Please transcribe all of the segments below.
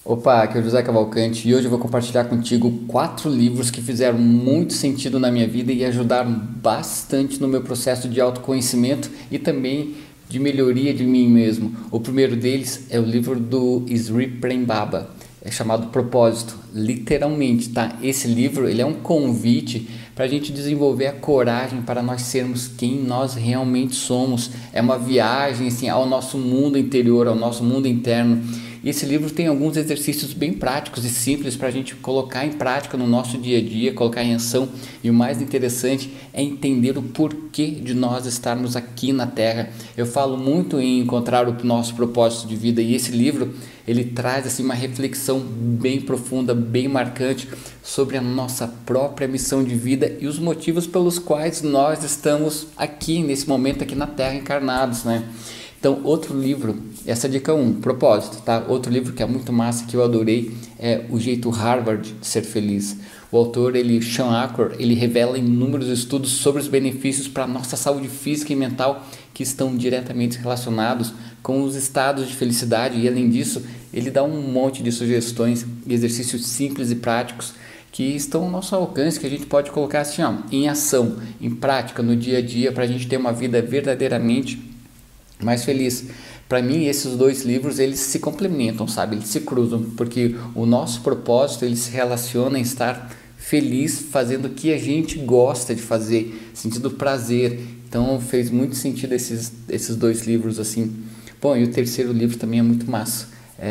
Opa, aqui é o José Cavalcante e hoje eu vou compartilhar contigo 4 livros que fizeram muito sentido na minha vida e ajudaram bastante no meu processo de autoconhecimento e também de melhoria de mim mesmo. O primeiro deles é o livro do Sri Prem Baba, é chamado Propósito, literalmente, tá? Esse livro ele é um convite para a gente desenvolver a coragem para nós sermos quem nós realmente somos. É uma viagem assim, ao nosso mundo interior, ao nosso mundo interno. E esse livro tem alguns exercícios bem práticos e simples para a gente colocar em prática no nosso dia a dia, colocar em ação. E o mais interessante é entender o porquê de nós estarmos aqui na Terra. Eu falo muito em encontrar o nosso propósito de vida e esse livro ele traz assim uma reflexão bem profunda, bem marcante sobre a nossa própria missão de vida e os motivos pelos quais nós estamos aqui nesse momento aqui na Terra encarnados, né? Então, outro livro, essa é a dica 1, propósito, tá? Outro livro que é muito massa, que eu adorei, é O Jeito Harvard de Ser Feliz. O autor, Sean Achor, ele revela inúmeros estudos sobre os benefícios para a nossa saúde física e mental que estão diretamente relacionados com os estados de felicidade e, além disso, ele dá um monte de sugestões e exercícios simples e práticos que estão ao nosso alcance, que a gente pode colocar assim, ó, em ação, em prática, no dia a dia, para a gente ter uma vida verdadeiramente mais feliz. Para mim, esses dois livros eles se complementam, sabe? Eles se cruzam, porque o nosso propósito ele se relaciona em estar feliz fazendo o que a gente gosta de fazer, sentindo prazer. Então fez muito sentido esses dois livros assim. Bom, e o terceiro livro também é muito massa.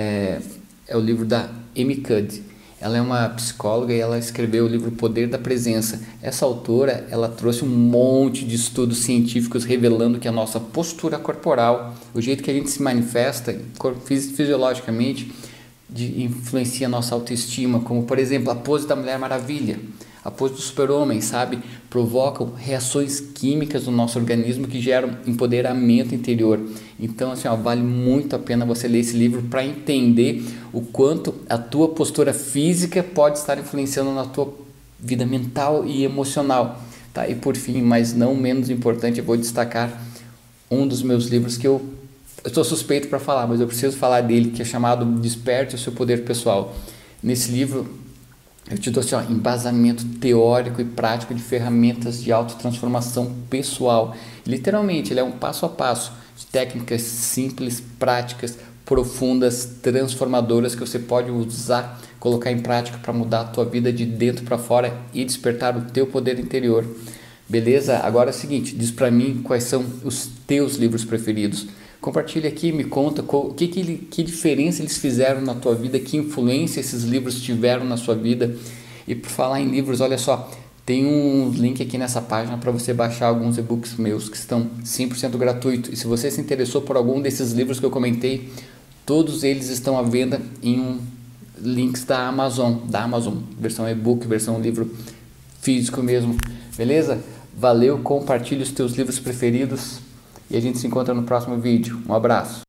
É o livro da Amy Cuddy. Ela é uma psicóloga e ela escreveu o livro Poder da Presença. Essa autora, ela trouxe um monte de estudos científicos revelando que a nossa postura corporal, o jeito que a gente se manifesta fisiologicamente, influencia a nossa autoestima, como por exemplo a pose da Mulher Maravilha, a pose do super-homem, sabe? Provocam reações químicas no nosso organismo que geram empoderamento interior. Então, assim, ó, vale muito a pena você ler esse livro para entender o quanto a tua postura física pode estar influenciando na tua vida mental e emocional, tá? E por fim, mas não menos importante, eu vou destacar um dos meus livros que eu estou suspeito para falar, mas eu preciso falar dele, que é chamado Desperte o Seu Poder Pessoal. Nesse livro eu te dou assim, ó, embasamento teórico e prático de ferramentas de autotransformação pessoal. Literalmente, ele é um passo a passo de técnicas simples, práticas, profundas, transformadoras que você pode usar, colocar em prática para mudar a tua vida de dentro para fora e despertar o teu poder interior. Beleza? Agora é o seguinte, diz para mim quais são os teus livros preferidos. Compartilha aqui, me conta que diferença eles fizeram na tua vida, que influência esses livros tiveram na sua vida. E por falar em livros, olha só, tem um link aqui nessa página para você baixar alguns e-books meus que estão 100% gratuitos. E se você se interessou por algum desses livros que eu comentei, todos eles estão à venda em links da Amazon, versão e-book, versão livro físico mesmo. Beleza? Valeu, compartilhe os teus livros preferidos. E a gente se encontra no próximo vídeo. Um abraço.